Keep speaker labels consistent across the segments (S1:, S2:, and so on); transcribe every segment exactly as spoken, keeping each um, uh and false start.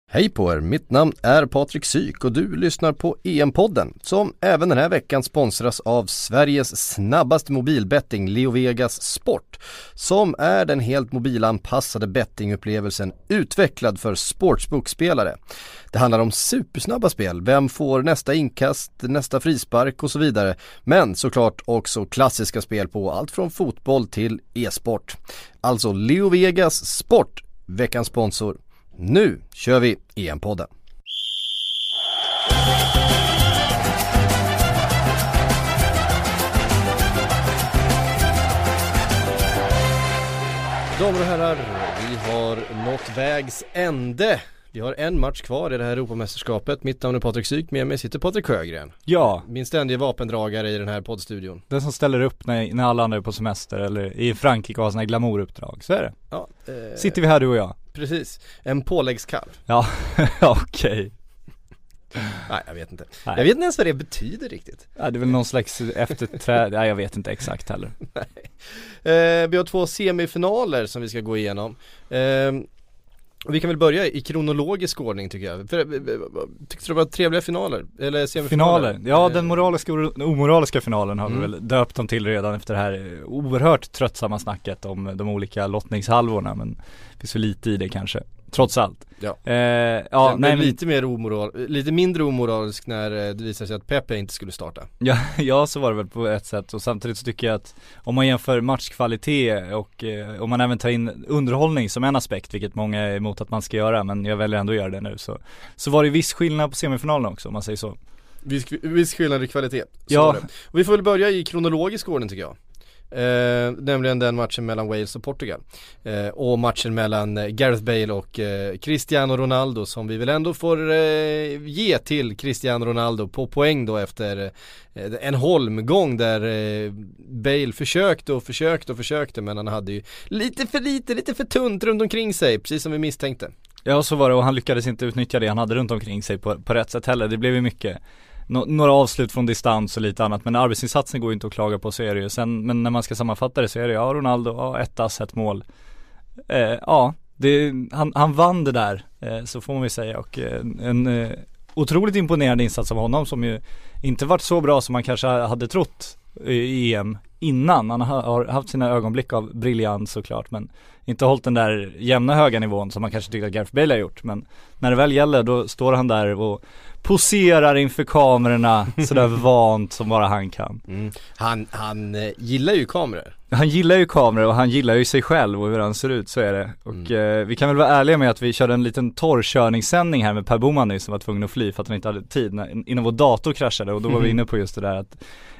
S1: Hej på er, mitt namn är Patrik Syk och du lyssnar på E M-podden som även den här veckan sponsras av Sveriges snabbaste mobilbetting LeoVegas Sport, som är den helt mobilanpassade bettingupplevelsen utvecklad för sportsbookspelare. Det handlar om supersnabba spel, vem får nästa inkast, nästa frispark och så vidare, men såklart också klassiska spel på allt från fotboll till e-sport. Alltså LeoVegas Sport, veckans sponsor. Nu kör vi E M-podden. Damer och herrar, vi har nått vägs ände. Vi har en match kvar i det här Europamästerskapet. Mitt namn är Patrik Syk, med mig sitter Patrik Sjögren.
S2: Ja.
S1: Min ständiga vapendragare i den här poddstudion.
S2: Den som ställer upp när, när alla andra är på semester eller i Frankrike och har såna här glamouruppdrag. Så är det.
S1: Ja, eh,
S2: sitter vi här du och jag.
S1: Precis, en påläggskalv.
S2: Ja, okej. Okay.
S1: Nej, jag vet inte.
S2: Nej.
S1: Jag vet inte ens vad det betyder riktigt.
S2: Ja, det är väl någon slags efterträd. Nej, jag vet inte exakt heller.
S1: Nej. Eh, vi har två semifinaler som vi ska gå igenom. Eh, vi kan väl börja i kronologisk ordning tycker jag. För, tyckte du det var trevliga finaler? Eller semifinaler?
S2: Finaler. Ja, den moraliska och omoraliska finalen har mm. vi väl döpt dem till redan efter det här oerhört tröttsamma snacket om de olika lottningshalvorna. Men det finns så lite i det kanske. Trots allt.
S1: Ja.
S2: Eh, ja,
S1: nej,
S2: men
S1: lite mer omoral, lite mindre omoralisk när det visade sig att Pepe inte skulle starta.
S2: Ja, ja, så var det väl på ett sätt. Och samtidigt så tycker jag att om man jämför matchkvalitet och eh, om man även tar in underhållning som en aspekt, vilket många är emot att man ska göra, men jag väljer ändå att göra det nu, så, så var det viss skillnad på semifinalen också, om man säger så.
S1: Viss, viss skillnad i kvalitet. Så
S2: ja.
S1: var det. Och vi får väl börja i kronologisk ordning tycker jag. Eh, nämligen den matchen mellan Wales och Portugal eh, och matchen mellan eh, Gareth Bale och eh, Cristiano Ronaldo, som vi väl ändå får eh, ge till Cristiano Ronaldo på poäng då efter eh, en holmgång där eh, Bale försökte och försökte och försökte, men han hade ju lite för lite, lite för tunt runt omkring sig, precis som vi misstänkte.
S2: Ja, så var det, och han lyckades inte utnyttja det han hade runt omkring sig på, på rätt sätt heller. Det blev ju mycket Nå- några avslut från distans och lite annat, men arbetinsatsen går ju inte att klaga på, så är det ju. Sen, men när man ska sammanfatta det så är det, ja, Ronaldo, ja, ett ass, ett mål. Eh, ja, det, han, han vann det där, eh, så får man ju säga. Och eh, en eh, otroligt imponerande insats av honom, som ju inte varit så bra som man kanske hade trott i E M innan. Han har, har haft sina ögonblick av briljans såklart, men inte hållit den där jämna höga nivån som man kanske tyckte att Gareth Bale har gjort. Men när det väl gäller, då står han där och poserar inför kamerorna sådär vant som bara han kan.
S1: Mm. Han, han eh, gillar ju kameror.
S2: Han gillar ju kameror och han gillar ju sig själv och hur han ser ut, så är det. Och mm. eh, vi kan väl vara ärliga med att vi körde en liten torrkörningssändning här med Per Boman nu, som var tvungen att fly för att han inte hade tid när, innan vår dator kraschade. Och då var vi inne på just det där att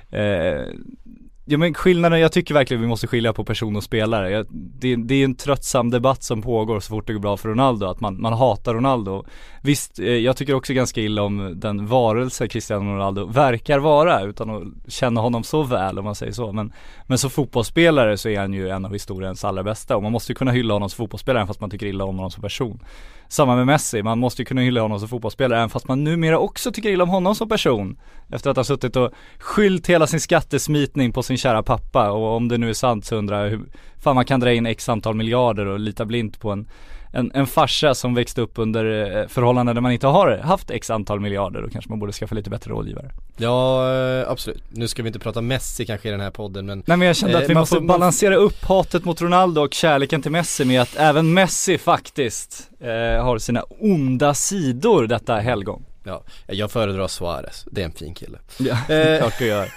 S2: eh, ja, men skillnaden, jag tycker verkligen vi måste skilja på person och spelare. Jag, det, det är en tröttsam debatt som pågår så fort det går bra för Ronaldo, att man, man hatar Ronaldo. Visst, eh, jag tycker också ganska illa om den varelse Cristiano Ronaldo verkar vara, utan att känna honom så väl, om man säger så. Men, men som fotbollsspelare så är han ju en av historiens allra bästa, och man måste ju kunna hylla honom som fotbollsspelare fast man tycker illa om honom som person. Samma med Messi, man måste ju kunna hylla honom som fotbollsspelare även fast man numera också tycker illa om honom som person, efter att ha suttit och skyllt hela sin skattesmitning på sin kära pappa. Och om det nu är sant så undrar jag hur fan man kan dra in x antal miljarder och lita blint på en, en, en farsa som växte upp under förhållanden där man inte har haft x antal miljarder. Då kanske man borde skaffa lite bättre rådgivare.
S1: Ja, absolut. Nu ska vi inte prata Messi kanske i den här podden, men
S2: nej, men jag kände att vi eh, måste balansera upp hatet mot Ronaldo och kärleken till Messi med att även Messi faktiskt eh, har sina onda sidor detta helgon.
S1: Ja, jag föredrar Suarez. Det är en fin kille.
S2: Ja, eh, klart du gör.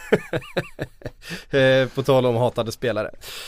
S1: eh, på tal om hatade spelare.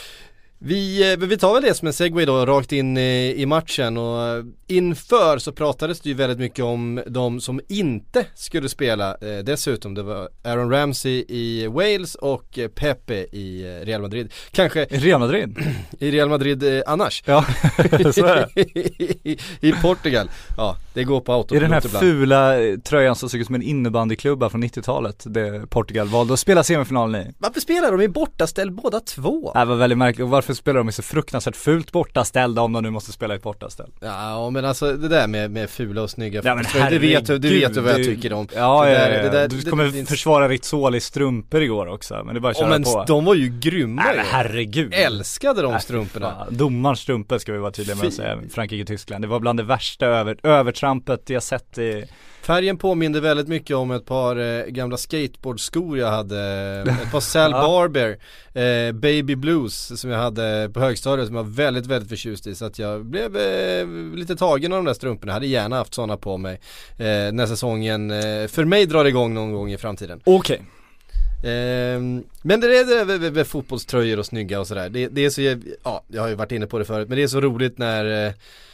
S1: Vi, vi tar väl det som en segway då, rakt in i, i matchen, och inför så pratades det ju väldigt mycket om de som inte skulle spela eh, dessutom. Det var Aaron Ramsey i Wales och Pepe i Real Madrid. Kanske
S2: i Real Madrid?
S1: I Real Madrid eh, annars.
S2: Ja, så är det.
S1: I, I Portugal. Ja, det går på autopilot.
S2: I den här
S1: ibland.
S2: Fula tröjan som såg ut som en innebandyklubba från nittiotalet, det Portugal valde att spela semifinalen i.
S1: Varför spelar de i bortaställ båda två?
S2: Det var väldigt märkligt. Och varför spelar de i så fruktansvärt fult bortaställda om de nu måste spela i bortaställ?
S1: Ja, men alltså det där med, med fula och snygga,
S2: ja, men
S1: du vet, du vet du vad jag tycker om.
S2: Ja,
S1: det
S2: ja,
S1: där,
S2: ja, ja.
S1: Det där,
S2: du
S1: det,
S2: kommer
S1: det,
S2: försvara Rizzoli strumpor igår också, men det är bara att köra
S1: oh, men
S2: på.
S1: De var ju grymma.
S2: Nej, men herregud.
S1: Älskade de strumporna.
S2: Domarens strumpor ska vi vara tydliga med att säga. Frankrike-Tyskland. Det var bland det värsta över, övertramp övertrampet jag sett i...
S1: Färgen påminner väldigt mycket om ett par eh, gamla skateboardskor jag hade, ett par Sal Barber eh, Baby Blues som jag hade på högstadiet som jag var väldigt, väldigt förtjust i, så att jag blev eh, lite tagen av de där strumporna. Jag hade gärna haft sådana på mig eh, när säsongen eh, för mig drar igång någon gång i framtiden.
S2: Okej.
S1: Okay. Eh, men det är det med fotbollströjor och snygga och sådär. Det, det är så, ja, jag har ju varit inne på det förut, men det är så roligt när eh,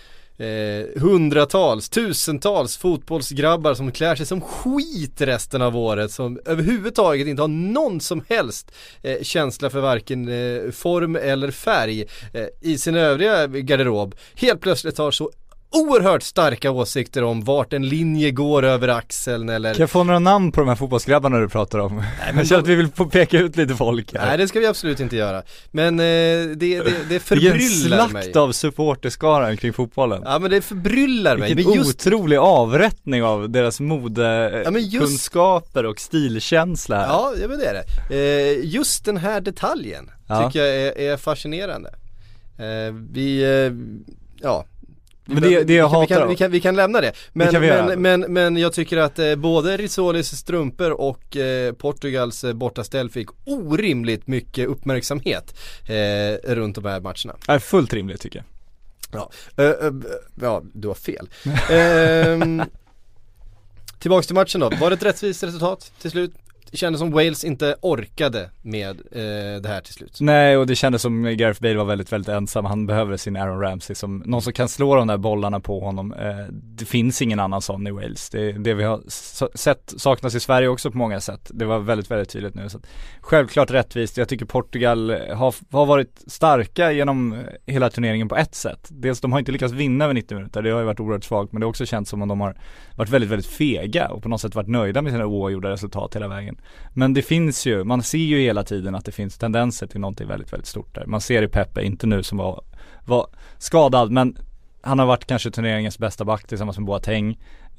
S1: Eh, hundratals, tusentals fotbollsgrabbar som klär sig som skit resten av året, som överhuvudtaget inte har någon som helst eh, känsla för varken eh, form eller färg eh, i sin övriga garderob, helt plötsligt har så oerhört starka åsikter om vart en linje går över axeln eller...
S2: Kan jag få några namn på de här fotbollsgrabbarna du pratar om? Nej, men jag känner att vi vill få peka ut lite folk här.
S1: Nej, det ska vi absolut inte göra. Men eh, det, det, det förbryllar mig.
S2: Vilken slakt av supporterskaran kring fotbollen.
S1: Ja, men det förbryllar mig.
S2: Vilken
S1: men just...
S2: otrolig avrättning av deras modekunskaper ja, just... och stilkänsla här.
S1: Ja, ja, men det är det. Eh, just den här detaljen ja. tycker jag är, är fascinerande. Eh, vi, eh, ja...
S2: Men det, det jag
S1: vi, kan,
S2: hatar
S1: vi, kan, vi, kan, vi kan lämna det. Men, men, men, men jag tycker att eh, både Rissolis strumpor och eh, Portugals eh, bortaställ fick orimligt mycket uppmärksamhet eh, runt de här matcherna.
S2: Det är fullt rimligt tycker
S1: jag. Ja, uh, uh, ja du har fel. uh, tillbaks till matchen då. Var det ett rättvist resultat till slut? Det kändes som Wales inte orkade med eh, det här till slut.
S2: Nej, och det kändes som Gareth Bale var väldigt, väldigt ensam. Han behöver sin Aaron Ramsey som någon som kan slå de där bollarna på honom. Eh, det finns ingen annan sån i Wales. Det, det vi har sett saknas i Sverige också på många sätt. Det var väldigt, väldigt tydligt nu. Så att, självklart rättvist. Jag tycker Portugal har, har varit starka genom hela turneringen på ett sätt. Dels de har inte lyckats vinna över nittio minuter. Det har ju varit oerhört svagt. Men det har också känts som om de har varit väldigt, väldigt fega och på något sätt varit nöjda med sina oavgjorda resultat hela vägen. Men det finns ju, man ser ju hela tiden att det finns tendenser till någonting väldigt, väldigt stort där. Man ser i Pepe, inte nu som var, var skadad, men han har varit kanske turneringens bästa back tillsammans med Boateng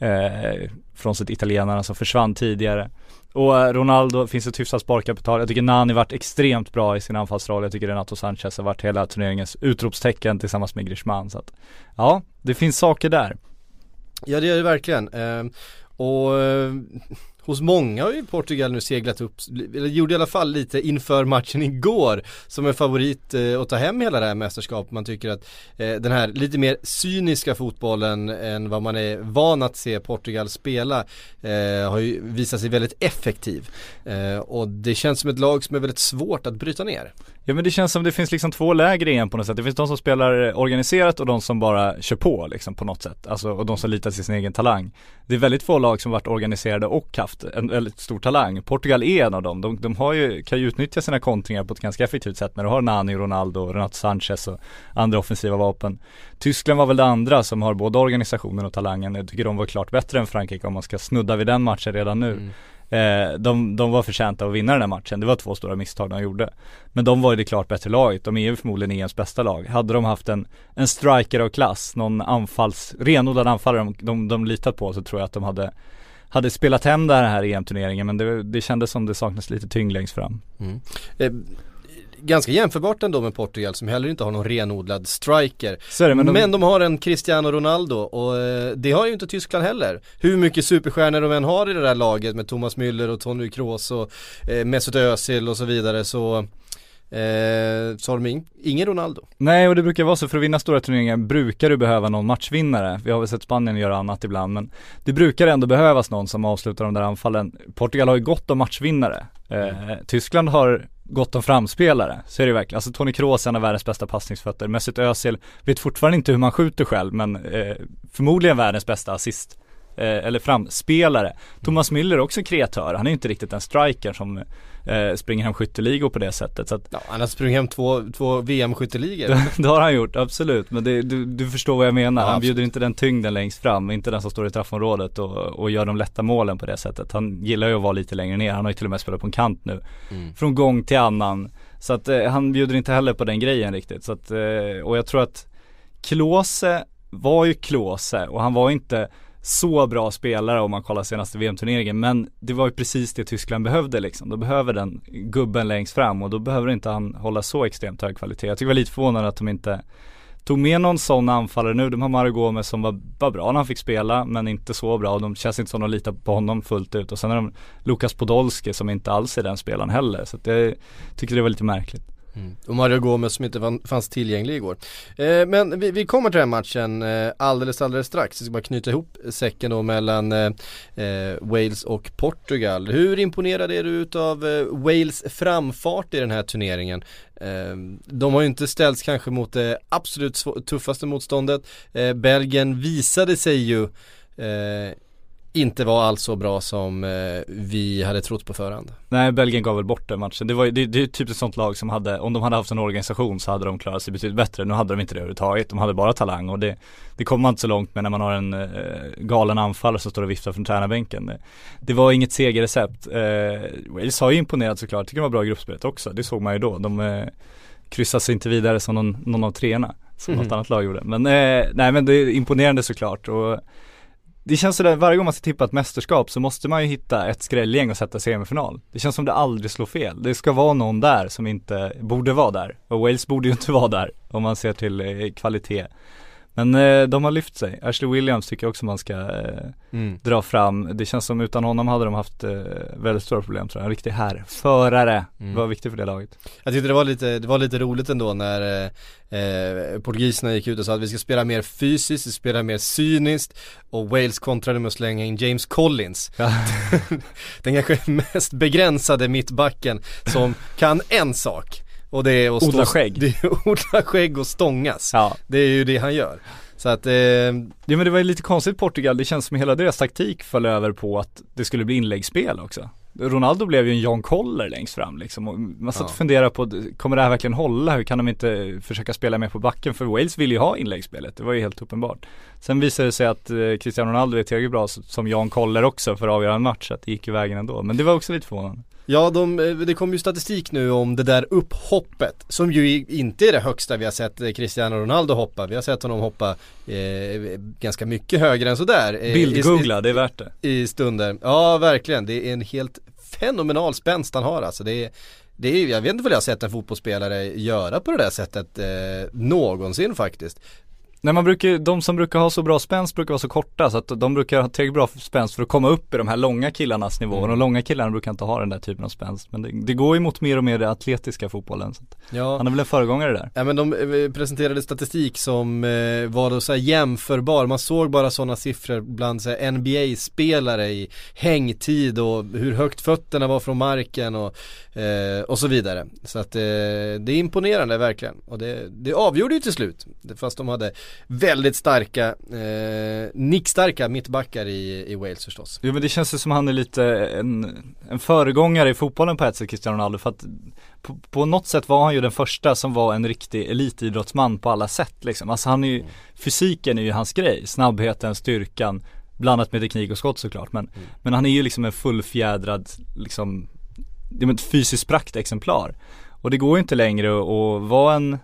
S2: eh, från sitt italienarna som försvann tidigare. Och eh, Ronaldo finns ett hyfsat sparkapital. Jag tycker Nani varit extremt bra i sin anfallsroll. Jag tycker Renato Sanchez har varit hela turneringens utropstecken tillsammans med Griezmann. Så att, ja, det finns saker där.
S1: Ja, det gör det verkligen. Eh, och... Eh... Hos många har ju Portugal nu seglat upp, eller gjorde i alla fall lite inför matchen igår som en favorit eh, att ta hem hela det här mästerskapet. Man tycker att eh, den här lite mer cyniska fotbollen än vad man är van att se Portugal spela eh, har ju visat sig väldigt effektiv. Eh, och det känns som ett lag som är väldigt svårt att bryta ner. Ja,
S2: men det känns som det finns liksom två läger igen på något sätt. Det finns de som spelar organiserat och de som bara kör på liksom på något sätt. Alltså, och de som litar till sin egen talang. Det är väldigt få lag som varit organiserade och haft en väldigt stor talang. Portugal är en av dem. De, de har ju, kan ju utnyttja sina kontringar på ett ganska effektivt sätt när du har Nani, Ronaldo, Renato Sanchez och andra offensiva vapen. Tyskland var väl det andra som har både organisationen och talangen. Jag tycker de var klart bättre än Frankrike om man ska snudda vid den matchen redan nu. Mm. Eh, de, de var förtjänta att vinna den här matchen. Det var två stora misstag de gjorde. Men de var ju det klart bättre laget. De är ju förmodligen E M:s bästa lag. Hade de haft en, en striker av klass, någon anfalls, renodlad anfallare de, de, de litat på, så tror jag att de hade hade spelat hem den här E M-turneringen. Men det, det kändes som det saknas lite tyngd längst fram.
S1: Mm. Eh, ganska jämförbart ändå med Portugal som heller inte har någon renodlad striker.
S2: Det, men, de...
S1: men de har en Cristiano Ronaldo och eh, det har ju inte Tyskland heller. Hur mycket superstjärnor de än har i det där laget med Thomas Müller och Toni Kroos och eh, Mesut Özil och så vidare, så Eh, så har de in, ingen Ronaldo.
S2: Nej, och det brukar vara så, för att vinna stora turneringar brukar du behöva någon matchvinnare. Vi har väl sett Spanien göra annat ibland, men det brukar ändå behövas någon som avslutar de där anfallen. Portugal har ju gott om matchvinnare. eh, mm. Tyskland har gott om framspelare, så är det verkligen. Alltså Toni Kroos är en av världens bästa passningsfötter. Mesut Özil vet fortfarande inte hur man skjuter själv, men eh, förmodligen världens bästa assist eh, eller framspelare. Thomas Müller är också kreatör. Han är inte riktigt en striker som eh, springer hem skytteligor på det sättet. Så att,
S1: ja, han har sprungit hem två, två V M-skytteligor.
S2: det, det har han gjort, absolut. Men det, du, du förstår vad jag menar. Ja, han bjuder inte den tyngden längst fram, inte den som står i straffområdet och, och gör de lätta målen på det sättet. Han gillar ju att vara lite längre ner. Han har ju till och med spelat på en kant nu. Mm. Från gång till annan. Så att eh, han bjuder inte heller på den grejen riktigt. Så att, eh, och jag tror att Klose var ju Klose och han var inte så bra spelare om man kollar senaste V M-turneringen, men det var ju precis det Tyskland behövde liksom. Då behöver den gubben längst fram och då behöver inte han hålla så extremt hög kvalitet. Jag tycker det var lite förvånande att de inte tog med någon sån anfallare nu. De har Mario Gomez som var, var bra när han fick spela, men inte så bra. De känns inte som att de litar på honom fullt ut. Och sen har de Lukas Podolski som inte alls är den spelaren heller. Så att jag tycker det var lite märkligt.
S1: Mm. Och Mario Gomez som inte fann, fanns tillgänglig igår. Eh, men vi, vi kommer till den matchen eh, alldeles alldeles strax. Vi ska bara knyta ihop säcken då mellan eh, eh, Wales och Portugal. Hur imponerad är du utav eh, Wales framfart i den här turneringen? Eh, de har ju inte ställts kanske mot det absolut sv- tuffaste motståndet. Eh, Belgien visade sig ju eh, inte var alls så bra som eh, vi hade trott på förhand.
S2: Nej, Belgien gav väl bort den matchen. Det var det, det är typ ett sånt lag som hade, om de hade haft en organisation så hade de klarat sig betydligt bättre. Nu hade de inte det överhuvudtaget. De hade bara talang och det, det kommer man inte så långt med när man har en eh, galen anfallare som står och viftar från tränarbänken. Det, det var inget segerrecept. Eh, Wales har ju imponerat såklart. Jag tycker det var bra gruppspelet också. Det såg man ju då. De eh, kryssade sig inte vidare som någon, någon av treorna som mm. något annat lag gjorde. Men eh, nej, men det är imponerande såklart. Och det känns sådär, varje gång man ska tippa ett mästerskap så måste man ju hitta ett skrällgäng och sätta semifinal. Det känns som det aldrig slår fel. Det ska vara någon där som inte borde vara där. Och Wales borde ju inte vara där om man ser till eh, kvalitet. Men eh, de har lyft sig. Ashley Williams tycker jag också man ska eh, mm. dra fram. Det känns som utan honom hade de haft eh, väldigt stora problem tror jag. En riktig här förare mm. var viktig för det laget.
S1: Jag tyckte det var lite, det var lite roligt ändå när eh, portugiserna gick ut och sa att vi ska spela mer fysiskt, vi ska spela mer cyniskt, och Wales kontrade med att slänga in James Collins. Ja. Den kanske mest begränsade mittbacken som kan en sak. Och det är att
S2: odla skägg.
S1: Det är odla skägg och stångas.
S2: Ja.
S1: Det är ju det han gör. Så att eh...
S2: ja, men det var ju lite konstigt Portugal. Det känns som hela deras taktik föll över på att det skulle bli inläggsspel också. Ronaldo blev ju en John Koller längst fram liksom. Och man satt och funderade på, kommer det här verkligen hålla? Hur kan de inte försöka spela med på backen? För Wales vill ju ha inläggsspelet. Det var ju helt uppenbart. Sen visade det sig att eh, Cristiano Ronaldo är tillräckligt bra som John Koller också för att avgöra en match. Att det gick ju vägen ändå. Men det var också lite förvånande.
S1: Ja, de, det kom ju statistik nu om det där upphoppet som ju inte är det högsta vi har sett Cristiano Ronaldo hoppa. Vi har sett honom hoppa eh, ganska mycket högre än sådär. Eh,
S2: Bildgoogla, det är värt det.
S1: I stunder. Ja, verkligen. Det är en helt fenomenal spänst han har. Alltså det är, det är, jag vet inte vad jag har sett en fotbollsspelare göra på det där sättet eh, någonsin faktiskt.
S2: Nej, man brukar, de som brukar ha så bra spänst brukar vara så korta, så att de brukar ha tillräckligt bra spänst för att komma upp i de här långa killarnas nivå. Mm. Och de långa killarna brukar inte ha den där typen av spänst. Men det, det går ju mot mer och mer det atletiska fotbollen. Så ja. Han är väl en föregångare där.
S1: Ja, men de presenterade statistik som eh, var då så här jämförbar. Man såg bara sådana siffror bland så här N B A-spelare i hängtid och hur högt fötterna var från marken och, eh, och så vidare. Så att eh, det är imponerande verkligen. Och det, det avgjorde ju till slut. Fast de hade väldigt starka eh, nickstarka mittbackar i, i Wales förstås.
S2: Jo, men det känns som han är lite en, en föregångare i fotbollen på ett sätt, Cristiano Ronaldo, för att på, på något sätt var han ju den första som var en riktig elitidrottsman på alla sätt liksom. Alltså han är ju, fysiken är ju hans grej, snabbheten, styrkan, blandat med teknik och skott såklart, men, mm. men han är ju liksom en fullfjädrad liksom, det är ett fysiskt praktexemplar. Och det går ju inte längre att vara en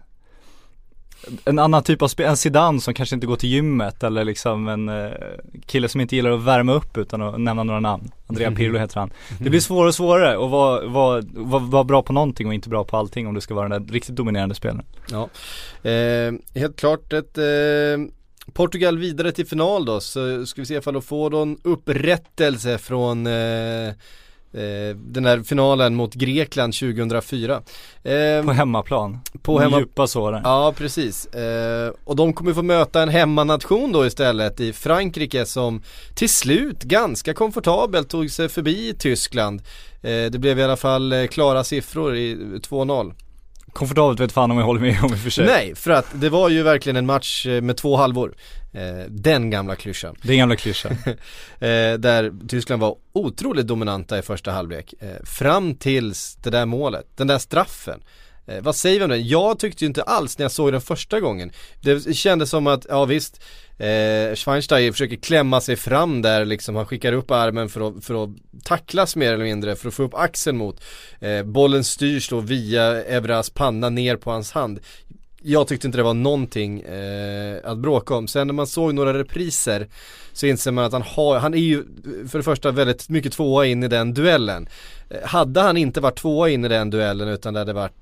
S2: en annan typ av spel, en Zidane som kanske inte går till gymmet, eller liksom en uh, kille som inte gillar att värma upp utan att nämna några namn. Andrea Pirlo heter han. Det blir svårare och svårare att vara, vara, vara, vara bra på någonting och inte bra på allting om du ska vara den där riktigt dominerande spelaren. Ja,
S1: eh, helt klart ett eh, Portugal vidare till final då, så ska vi se ifall de får någon upprättelse från eh, den här finalen mot Grekland tjugohundrafyra. Eh,
S2: på hemmaplan.
S1: På hemma...
S2: djupa såren.
S1: Ja, precis. Eh, och de kommer få möta en hemmanation då istället i Frankrike, som till slut ganska komfortabelt tog sig förbi Tyskland. Eh, det blev i alla fall eh, klara siffror i två noll.
S2: Komfortabelt vet fan om jag håller med om i och för sig.
S1: Nej, för att det var ju verkligen en match med två halvor. Eh, den gamla klyschan.
S2: Den gamla klyschan.
S1: eh, där Tyskland var otroligt dominanta i första halvlek. Eh, fram tills det där målet, den där straffen. Eh, vad säger vi om det? Jag tyckte ju inte alls när jag såg den första gången. Det kändes som att, ja visst, eh, Schweinsteiger försöker klämma sig fram där liksom. Han skickar upp armen för att, för att tacklas mer eller mindre, för att få upp axeln mot. Eh, bollen styrs då via Evras panna ner på hans hand. Jag tyckte inte det var någonting eh, att bråka om. Sen när man såg några repriser så inser man att han har, han är ju för det första väldigt mycket tvåa in i den duellen. Eh, hade han inte varit tvåa in i den duellen utan det hade varit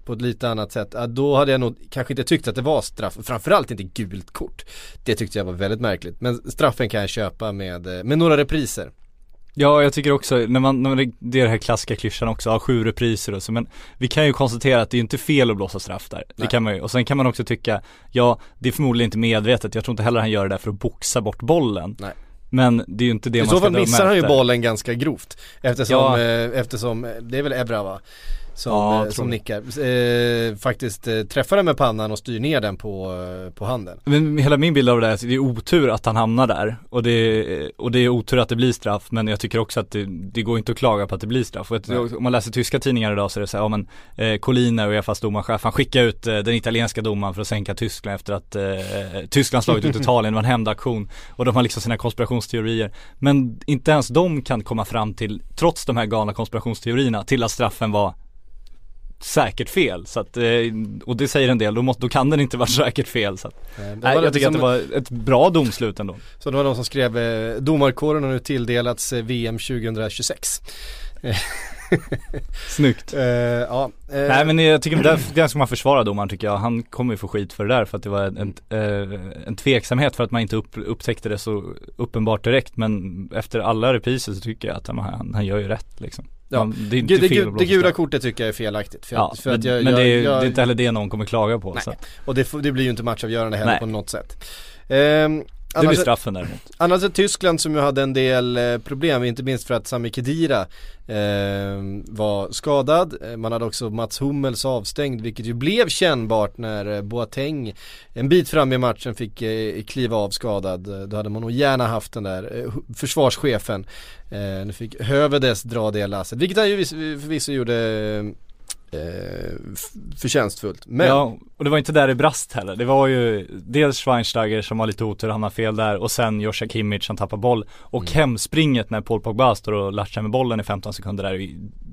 S1: på ett lite annat sätt, då hade jag nog kanske inte tyckt att det var straff, framförallt inte gult kort. Det tyckte jag var väldigt märkligt, men straffen kan jag köpa med, med några repriser.
S2: Ja, jag tycker också, när man, när man, det är det här klassiska klyschan också, har sju repriser och så, men vi kan ju konstatera att det är inte fel att blåsa straff där. Det kan man ju, och sen kan man också tycka, ja, det är förmodligen inte medvetet, jag tror inte heller han gör det där för att boxa bort bollen. Nej. Men det är ju inte det
S1: I
S2: man ska
S1: döma efter. I så fall missar han ju bollen ganska grovt, eftersom,
S2: ja.
S1: eh, eftersom det är väl Ebra, va? Som,
S2: ja,
S1: eh, som nickar eh, faktiskt eh, träffar den med pannan och styr ner den på, eh, på handen.
S2: Men hela min bild av det är att det är otur att han hamnar där, och det är, och det är otur att det blir straff, men jag tycker också att det, det går inte att klaga på att det blir straff. Och om man läser tyska tidningar idag så är det så här, ja, men eh, Collina och U E F A:s domarchef, han skickar ut eh, den italienska domaren för att sänka Tyskland efter att eh, Tyskland slagit ut Italien, det var en hämndaktion, och de har liksom sina konspirationsteorier, men inte ens de kan komma fram till, trots de här galna konspirationsteorierna, till att straffen var säkert fel, så att, och det säger en del, då, måste, då kan den inte vara säkert fel, så att, nej, nej, jag tycker som, att det var ett bra domslut ändå.
S1: Så det var någon som skrev eh, domarkåren har nu tilldelats eh, V M tjugohundratjugosex.
S2: Snyggt.
S1: uh, ja, uh,
S2: Nej, men jag tycker där, där ska man försvara domaren, tycker jag. Han kommer ju få skit för det där, för att det var en, en, en tveksamhet för att man inte upp, upptäckte det så uppenbart direkt, men efter alla repriser så tycker jag att han, han, han gör ju rätt liksom.
S1: Ja.
S2: Man, det, är inte
S1: det,
S2: fel
S1: det gula kortet tycker jag är felaktigt för
S2: ja,
S1: att, för
S2: men,
S1: att jag,
S2: men
S1: jag,
S2: det, är,
S1: jag,
S2: det är inte heller det någon kommer klaga på,
S1: nej.
S2: Så.
S1: Och det, det blir ju inte matchavgörande heller, nej, på något sätt.
S2: Um, Det blir straffen däremot.
S1: Annars är Tyskland, som ju hade en del eh, problem, inte minst för att Sami Khedira eh, var skadad. Man hade också Mats Hummels avstängd, vilket ju blev kännbart när eh, Boateng en bit fram i matchen fick eh, kliva av skadad. Då hade man nog gärna haft den där eh, försvarschefen. Eh, nu fick Hövedes dra det lasset, vilket han ju förvisso gjorde eh, Eh, förtjänstfullt. Men
S2: ja, och det var inte där det brast heller. Det var ju dels Schweinsteiger som har lite otur, han har fel där, och sen Joshua Kimmich som tappar boll, och mm. hemspringet när Paul Pogba står och latchar med bollen i femton sekunder där.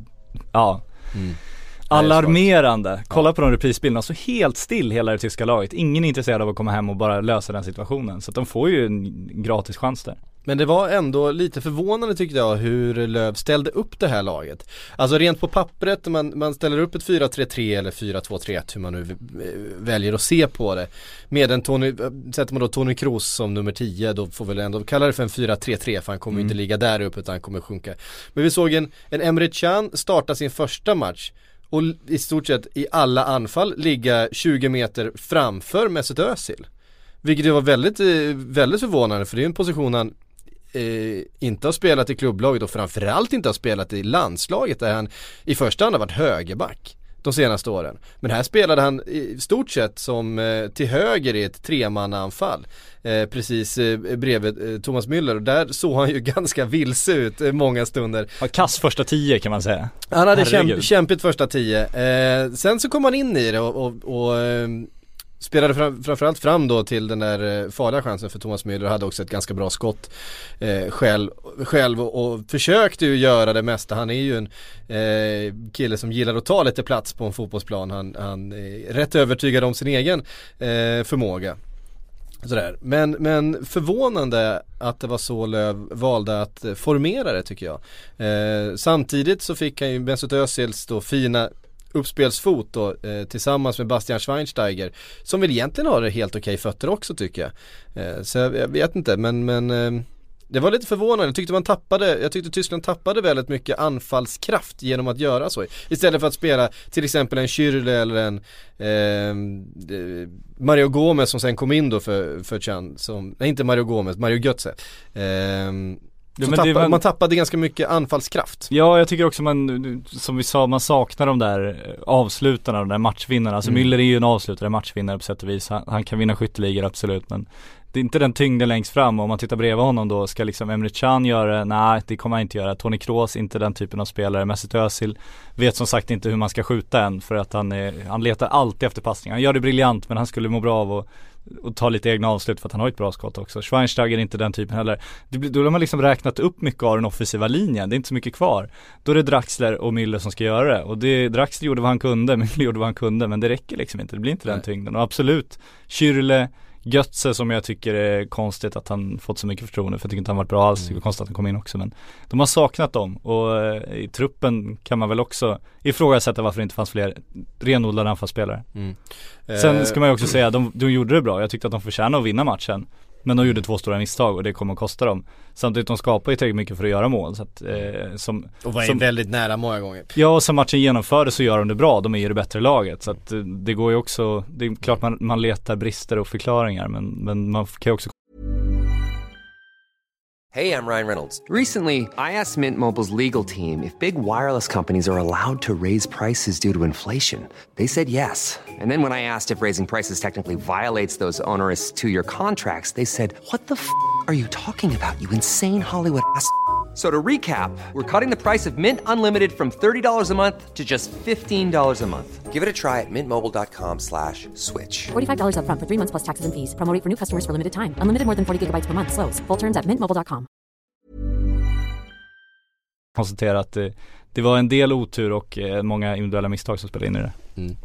S2: Ja. Mm. Alarmerande. Kolla ja. på de reprisbilderna, så helt still hela det tyska laget. Ingen är intresserad av att komma hem och bara lösa den situationen, så att de får ju en gratis chans där.
S1: Men det var ändå lite förvånande, tyckte jag, hur Löw ställde upp det här laget. Alltså rent på pappret, man, man ställer upp ett fyra tre tre eller fyra två tre ett, hur man nu väljer att se på det. Med en Tony, sätter man då Tony Kroos som nummer tio, då får vi ändå kalla det för en fyra tre tre, för han kommer mm. inte ligga där uppe, utan han kommer sjunka. Men vi såg en, en Emre Can starta sin första match och i stort sett i alla anfall ligga tjugo meter framför Mesut Özil. Vilket var väldigt, väldigt förvånande, för det är en position han Eh, inte har spelat i klubblaget, och framförallt inte har spelat i landslaget, där han i första hand har varit högerback de senaste åren. Men här spelade han i stort sett som eh, till höger i ett tremannaanfall eh, precis eh, bredvid eh, Thomas Müller, och där såg han ju ganska vilse ut eh, många stunder.
S2: Ja, kass första tio kan man säga.
S1: Han hade kämp- kämpigt första tio. Eh, sen så kom han in i det och, och, och eh, spelade fram, framförallt fram då till den där farliga chansen för Thomas Müller, hade också ett ganska bra skott eh, själv, själv och, och försökte ju göra det mesta. Han är ju en eh, kille som gillar att ta lite plats på en fotbollsplan. Han, han är rätt övertygad om sin egen eh, förmåga. Sådär. Men, men förvånande att det var så Löw valde att formera det, tycker jag. Eh, samtidigt så fick han ju Mesut Özils då fina uppspelsfot då, eh, tillsammans med Bastian Schweinsteiger, som väl egentligen har det helt okej fötter också, tycker jag. Eh, så jag, jag vet inte, men, men eh, det var lite förvånande. Jag tyckte man tappade, jag tyckte Tyskland tappade väldigt mycket anfallskraft genom att göra så. Istället för att spela till exempel en Schürrle eller en eh, Mario Gomez som sen kom in då för, för Can, som, nej inte Mario Gomez, Mario Götze. Eh, Ja, men tappade, man... man tappade ganska mycket anfallskraft.
S2: Ja, jag tycker också man, som vi sa, man saknar de där avslutarna, de där matchvinnarna. Alltså mm. Müller är ju en avslutare, matchvinnare på sätt och vis. Han, han kan vinna skytteligor, absolut, men det är inte den tyngden längst fram. Om man tittar bredvid honom då, ska liksom Emre Can göra det? Nej, det kommer han inte göra. Tony Kroos, inte den typen av spelare. Mesut Özil vet som sagt inte hur man ska skjuta än, för att han, är, han letar alltid efter passningar. Han gör det briljant, men han skulle må bra av att och ta lite egna avslut, för att han har ett bra skott också. Schweinsteiger är inte den typen heller. Då har man liksom räknat upp mycket av den offensiva linjen. Det är inte så mycket kvar. Då är det Draxler och Müller som ska göra det. Och det, Draxler gjorde vad han kunde, Müller gjorde vad han kunde, men det räcker liksom inte. Det blir inte den tyngden. Och absolut, Schürrle, Götze som jag tycker är konstigt att han fått så mycket förtroende, för jag tycker inte han varit bra alls, jag tycker konstigt att han kom in också, men de har saknat dem, och eh, i truppen kan man väl också ifrågasätta varför det inte fanns fler renodlade anfallsspelare. Mm. Sen ska man ju också säga, de, de gjorde det bra, jag tyckte att de förtjänade att vinna matchen. Men de gjorde två stora misstag och det kommer att kosta dem. Samtidigt de skapar ju tillräckligt mycket för att göra mål. Så att, eh, som,
S1: och var
S2: som,
S1: väldigt nära många gånger.
S2: Ja, och som matchen genomfördes så gör de det bra. De är ju det bättre laget. Så att, det går ju också, det är klart man, man letar brister och förklaringar. Men, men man kan ju också...
S3: Hey, I'm Ryan Reynolds. Recently, I asked Mint Mobile's legal team if big wireless companies are allowed to raise prices due to inflation. They said yes. And then when I asked if raising prices technically violates those onerous two-year contracts, they said, what the f*** are you talking about, you insane Hollywood ass f- So to recap, we're cutting the price of Mint Unlimited from thirty dollars a month to just fifteen dollars a month. Give it a try at mintmobile.com slash switch.
S4: forty-five dollars up front for three months plus taxes and fees. Promo rate for new customers for limited time. Unlimited more than forty gigabytes per month. Slows full terms at mint mobile dot com.
S2: Konstatera att det, det var en del otur och eh, många individuella misstag som spelade in i det.
S1: Mm.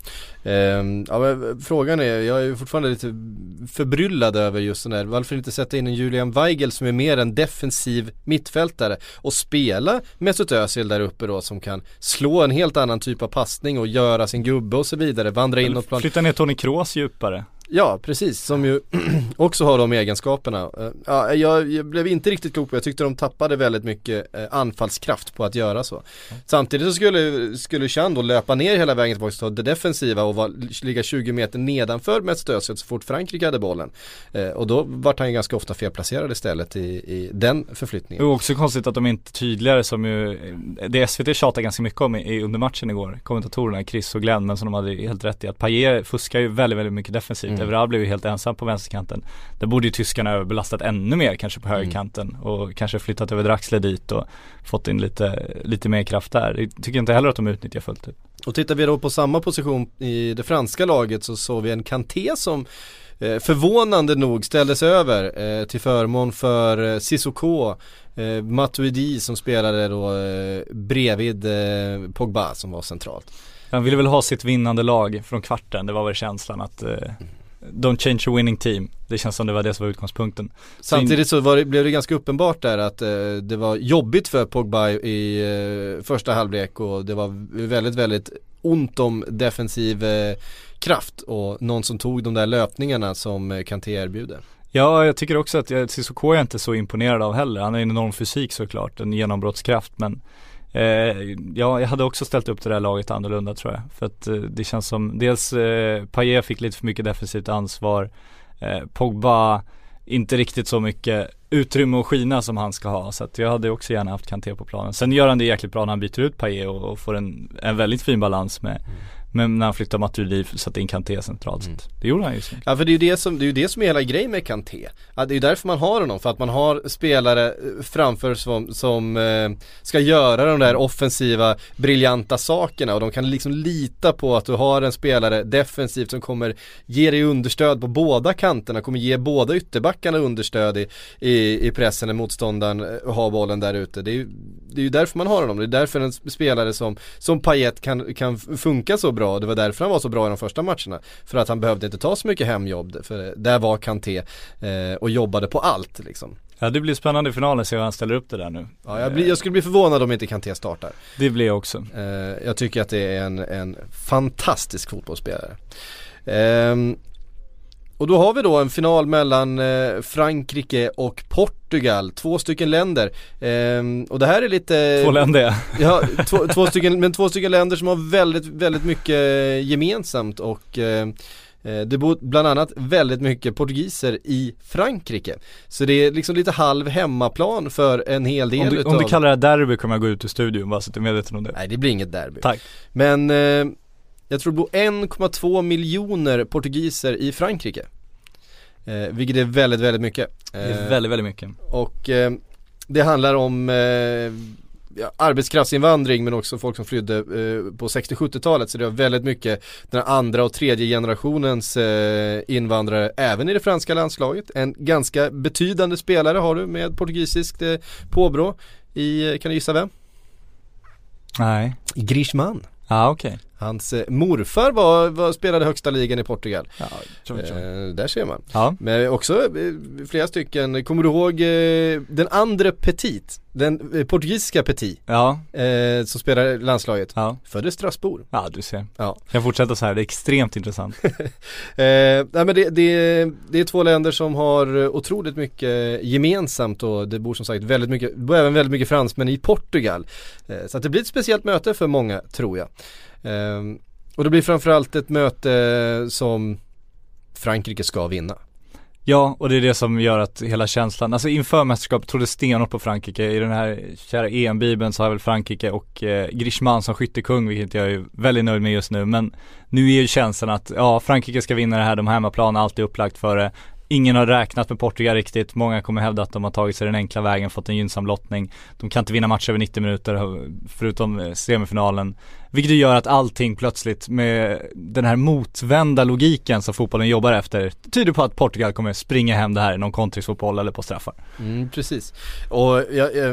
S1: Um, ja, men frågan är, jag är fortfarande lite förbryllad över just den här, varför inte sätta in en Julian Weigel som är mer en defensiv mittfältare och spela Mesut Özil där uppe då, som kan slå en helt annan typ av passning och göra sin gubbe och så vidare, vandra in och plan-
S2: flytta ner Toni Kroos djupare.
S1: Ja, precis, som ju också har de egenskaperna. Ja, jag, jag blev inte riktigt klok på, jag tyckte de tappade väldigt mycket eh, anfallskraft på att göra så. Mm. Samtidigt så skulle, skulle Chan då löpa ner hela vägen tillbaka till det defensiva och var, ligga tjugo meter nedanför med stöset så fort Frankrike hade bollen. Eh, och då var han ganska ofta felplacerad istället i, i den förflyttningen.
S2: Det är också konstigt att de inte tydligare, som ju det S V T tjatar ganska mycket om i, under matchen igår, kommentatorerna Chris och Glenn, men som de hade helt rätt i, att Payet fuskar ju väldigt, väldigt mycket defensivt. Mm. Everard blev ju helt ensam på vänsterkanten. Där borde ju tyskarna överbelastat ännu mer kanske på högerkanten mm. och kanske flyttat över Draxler dit och fått in lite, lite mer kraft där. Jag tycker inte heller att de utnyttjar fullt ut.
S1: Och tittar vi då på samma position i det franska laget så såg vi en Kanté som eh, förvånande nog ställdes över eh, till förmån för eh, Sissoko, eh, Matuidi som spelade då eh, bredvid eh, Pogba som var centralt.
S2: Han ville väl ha sitt vinnande lag från kvarten, det var väl känslan att eh, don't change a winning team. Det känns som det var det som var utgångspunkten.
S1: Samtidigt så var det, blev det ganska uppenbart där att eh, det var jobbigt för Pogba i eh, första halvlek och det var väldigt, väldigt ont om defensiv eh, kraft och någon som tog de där löpningarna som eh, Kanté erbjuder.
S2: Ja, jag tycker också att jag, Sissoko är inte så imponerad av heller. Han är en enorm fysik såklart, en genombrottskraft, men Eh, ja, jag hade också ställt upp det där laget annorlunda tror jag. För att eh, det känns som, dels eh, Payet fick lite för mycket defensivt ansvar, eh, Pogba inte riktigt så mycket utrymme och skina som han ska ha. Så att jag hade också gärna haft Kanté på planen. Sen gör han det jäkligt bra när han byter ut Payet och, och får en, en väldigt fin balans med mm. Men när han flyttar Matuidi så att in Kanté centralt. Mm. Det gjorde han ju snyggt.
S1: Ja, för det är ju det som, det är ju det som är hela grejen med Kanté. Ja, det är ju därför man har honom. För att man har spelare framför som, som eh, ska göra de där offensiva, briljanta sakerna. Och de kan liksom lita på att du har en spelare defensivt som kommer ge dig understöd på båda kanterna. Kommer ge båda ytterbackarna understöd i, i, i pressen när motståndaren har bollen där ute. Det är ju, det är ju därför man har honom. Det är därför en spelare som, som Payet kan, kan funka så bra. Det var därför han var så bra i de första matcherna. För att han behövde inte ta så mycket hemjobb. För där var Kanté eh, och jobbade på allt liksom.
S2: Ja, det blir spännande i finalen, se hur han ställer upp det där nu.
S1: Ja, jag, blir, jag skulle bli förvånad om inte Kanté startar.
S2: Det blir jag också.
S1: Eh, jag tycker att det är en, en fantastisk fotbollsspelare. Eh, och då har vi då en final mellan eh, Frankrike och Portugal. Två stycken länder. Eh, och det här är lite...
S2: Två länder,
S1: ja. två, två stycken, men två stycken länder som har väldigt, väldigt mycket gemensamt. Och eh, det bor bland annat väldigt mycket portugiser i Frankrike. Så det är liksom lite halv hemmaplan för en hel del.
S2: Om du,
S1: utav...
S2: om du kallar det derby kommer jag gå ut ur studion, bara så att du är medveten om det.
S1: Nej, det blir inget derby.
S2: Tack.
S1: Men... Eh, jag tror det bor en komma två miljoner portugiser i Frankrike. Eh, vilket är väldigt, väldigt mycket. Eh,
S2: det är väldigt, väldigt mycket.
S1: Och eh, det handlar om eh, ja, arbetskraftsinvandring, men också folk som flydde eh, på sextio-sjuttiotalet. Så det var väldigt mycket den andra och tredje generationens eh, invandrare även i det franska landslaget. En ganska betydande spelare har du med portugisiskt eh, påbrå i, kan du gissa vem?
S2: Nej.
S1: Griezmann.
S2: Ah, okej. Okay.
S1: Hans eh, morfar var, var, spelade högsta ligan i Portugal.
S2: Ja, tjoj, tjoj.
S1: Eh, där ser man.
S2: Ja.
S1: Men också eh, flera stycken. Kommer du ihåg eh, den andra Petit? Den eh, portugisiska Petit
S2: Ja.
S1: eh, som spelar landslaget.
S2: Ja.
S1: Föddes Strasbourg.
S2: Ja, du ser.
S1: Ja.
S2: Jag fortsätter så här, det är extremt intressant.
S1: eh, nej, men det, det, det är två länder som har otroligt mycket gemensamt och det bor som sagt väldigt mycket, det bor även väldigt mycket fransmän i Portugal. Eh, så att det blir ett speciellt möte för många, tror jag. Eh, och det blir framförallt ett möte som Frankrike ska vinna.
S2: Ja, och det är det som gör att hela känslan, alltså inför mästerskapet trodde stenhårt på Frankrike. I den här kära E M-bibeln så har väl Frankrike och eh, Griezmann som skyttekung, vilket jag är väldigt nöjd med just nu. Men nu är ju känslan att ja, Frankrike ska vinna det här, de här hemmaplan är alltid upplagt för det. Ingen har räknat med Portugal riktigt. Många kommer hävda att de har tagit sig den enkla vägen, fått en gynnsam lottning. De kan inte vinna matcher över nittio minuter förutom semifinalen. Vilket gör att allting plötsligt med den här motvända logiken som fotbollen jobbar efter tyder på att Portugal kommer springa hem det här i någon kontringsfotboll eller på straffar.
S1: Mm, precis. Och jag... jag